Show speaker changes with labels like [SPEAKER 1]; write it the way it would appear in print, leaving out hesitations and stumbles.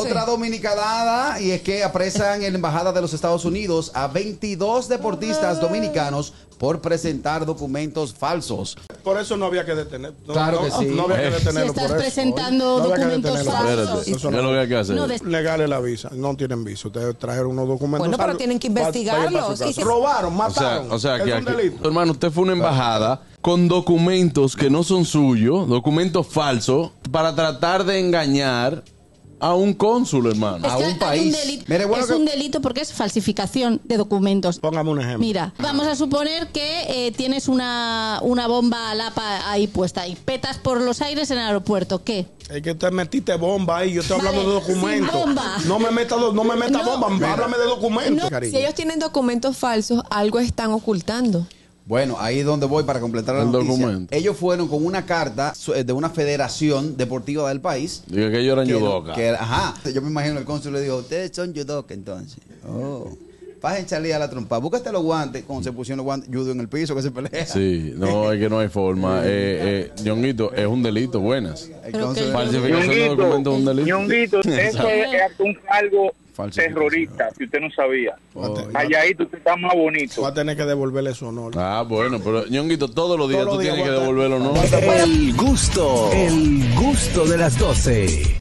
[SPEAKER 1] otra dominicanada, y es que apresan en la Embajada de los Estados Unidos a 22 deportistas dominicanos por presentar documentos falsos.
[SPEAKER 2] Por eso no había que detener.
[SPEAKER 1] Claro que sí.
[SPEAKER 2] No había que detenerlo
[SPEAKER 3] Si estás
[SPEAKER 2] por eso.
[SPEAKER 3] presentando
[SPEAKER 2] No había que
[SPEAKER 3] documentos
[SPEAKER 2] detenerlo.
[SPEAKER 3] falsos.
[SPEAKER 2] Eso
[SPEAKER 4] ¿Qué es lo que hay que hacer?
[SPEAKER 3] No,
[SPEAKER 2] Legales la visa, no tienen visa. Ustedes trajeron unos documentos.
[SPEAKER 5] Bueno, pero tienen que investigarlos. Y si-
[SPEAKER 2] Robaron, mataron.
[SPEAKER 4] O sea que
[SPEAKER 2] es un
[SPEAKER 4] aquí,
[SPEAKER 2] delito.
[SPEAKER 4] hermano, usted fue a una embajada con documentos que no son suyos, documentos falsos, para tratar de engañar a un cónsul, hermano.
[SPEAKER 3] Es
[SPEAKER 1] a
[SPEAKER 3] que
[SPEAKER 1] un
[SPEAKER 3] hay
[SPEAKER 1] país.
[SPEAKER 3] delito,
[SPEAKER 1] Mire, bueno,
[SPEAKER 3] es
[SPEAKER 1] que-
[SPEAKER 3] un delito porque es falsificación de documentos.
[SPEAKER 2] Póngame un ejemplo.
[SPEAKER 3] Mira, vamos a suponer que tienes una bomba lapa ahí puesta y petas por los aires en el aeropuerto. ¿Qué?
[SPEAKER 2] Es que usted metiste bomba ahí. Yo estoy
[SPEAKER 3] Vale,
[SPEAKER 2] hablando de documentos.
[SPEAKER 3] sin bomba.
[SPEAKER 2] No me meta
[SPEAKER 3] No.
[SPEAKER 2] bomba. Háblame de documentos, cariño.
[SPEAKER 5] Si ellos tienen documentos falsos, algo están ocultando.
[SPEAKER 1] Bueno, ahí es donde voy para completar la
[SPEAKER 4] El
[SPEAKER 1] noticia.
[SPEAKER 4] documento.
[SPEAKER 1] Ellos fueron con una carta de una federación deportiva del país.
[SPEAKER 4] Diga que ellos eran judokas.
[SPEAKER 1] Ajá. Yo me imagino el cónsul le dijo, ustedes son judokas entonces. Oh. Pasen Charlie a la trompa. Búscate los guantes. Cuando se pusieron los guantes, judo en el piso que se pelea.
[SPEAKER 4] Sí, no, es que no hay forma. Ñonguito, es un delito, buenas.
[SPEAKER 1] Entonces,
[SPEAKER 4] Falsificación de documentos es un delito.
[SPEAKER 6] Ñonguito, eso es un cargo
[SPEAKER 1] Falsificación.
[SPEAKER 6] terrorista, si usted no sabía.
[SPEAKER 2] Oh.
[SPEAKER 6] Calladito, usted está más bonito.
[SPEAKER 2] Va a tener que devolverle su honor.
[SPEAKER 4] Ah, bueno, pero Ñonguito, todos los días
[SPEAKER 2] Todos
[SPEAKER 4] tú
[SPEAKER 2] los días
[SPEAKER 4] tienes que
[SPEAKER 2] voy a estar-
[SPEAKER 4] devolverlo, ¿no?
[SPEAKER 7] El gusto de las 12.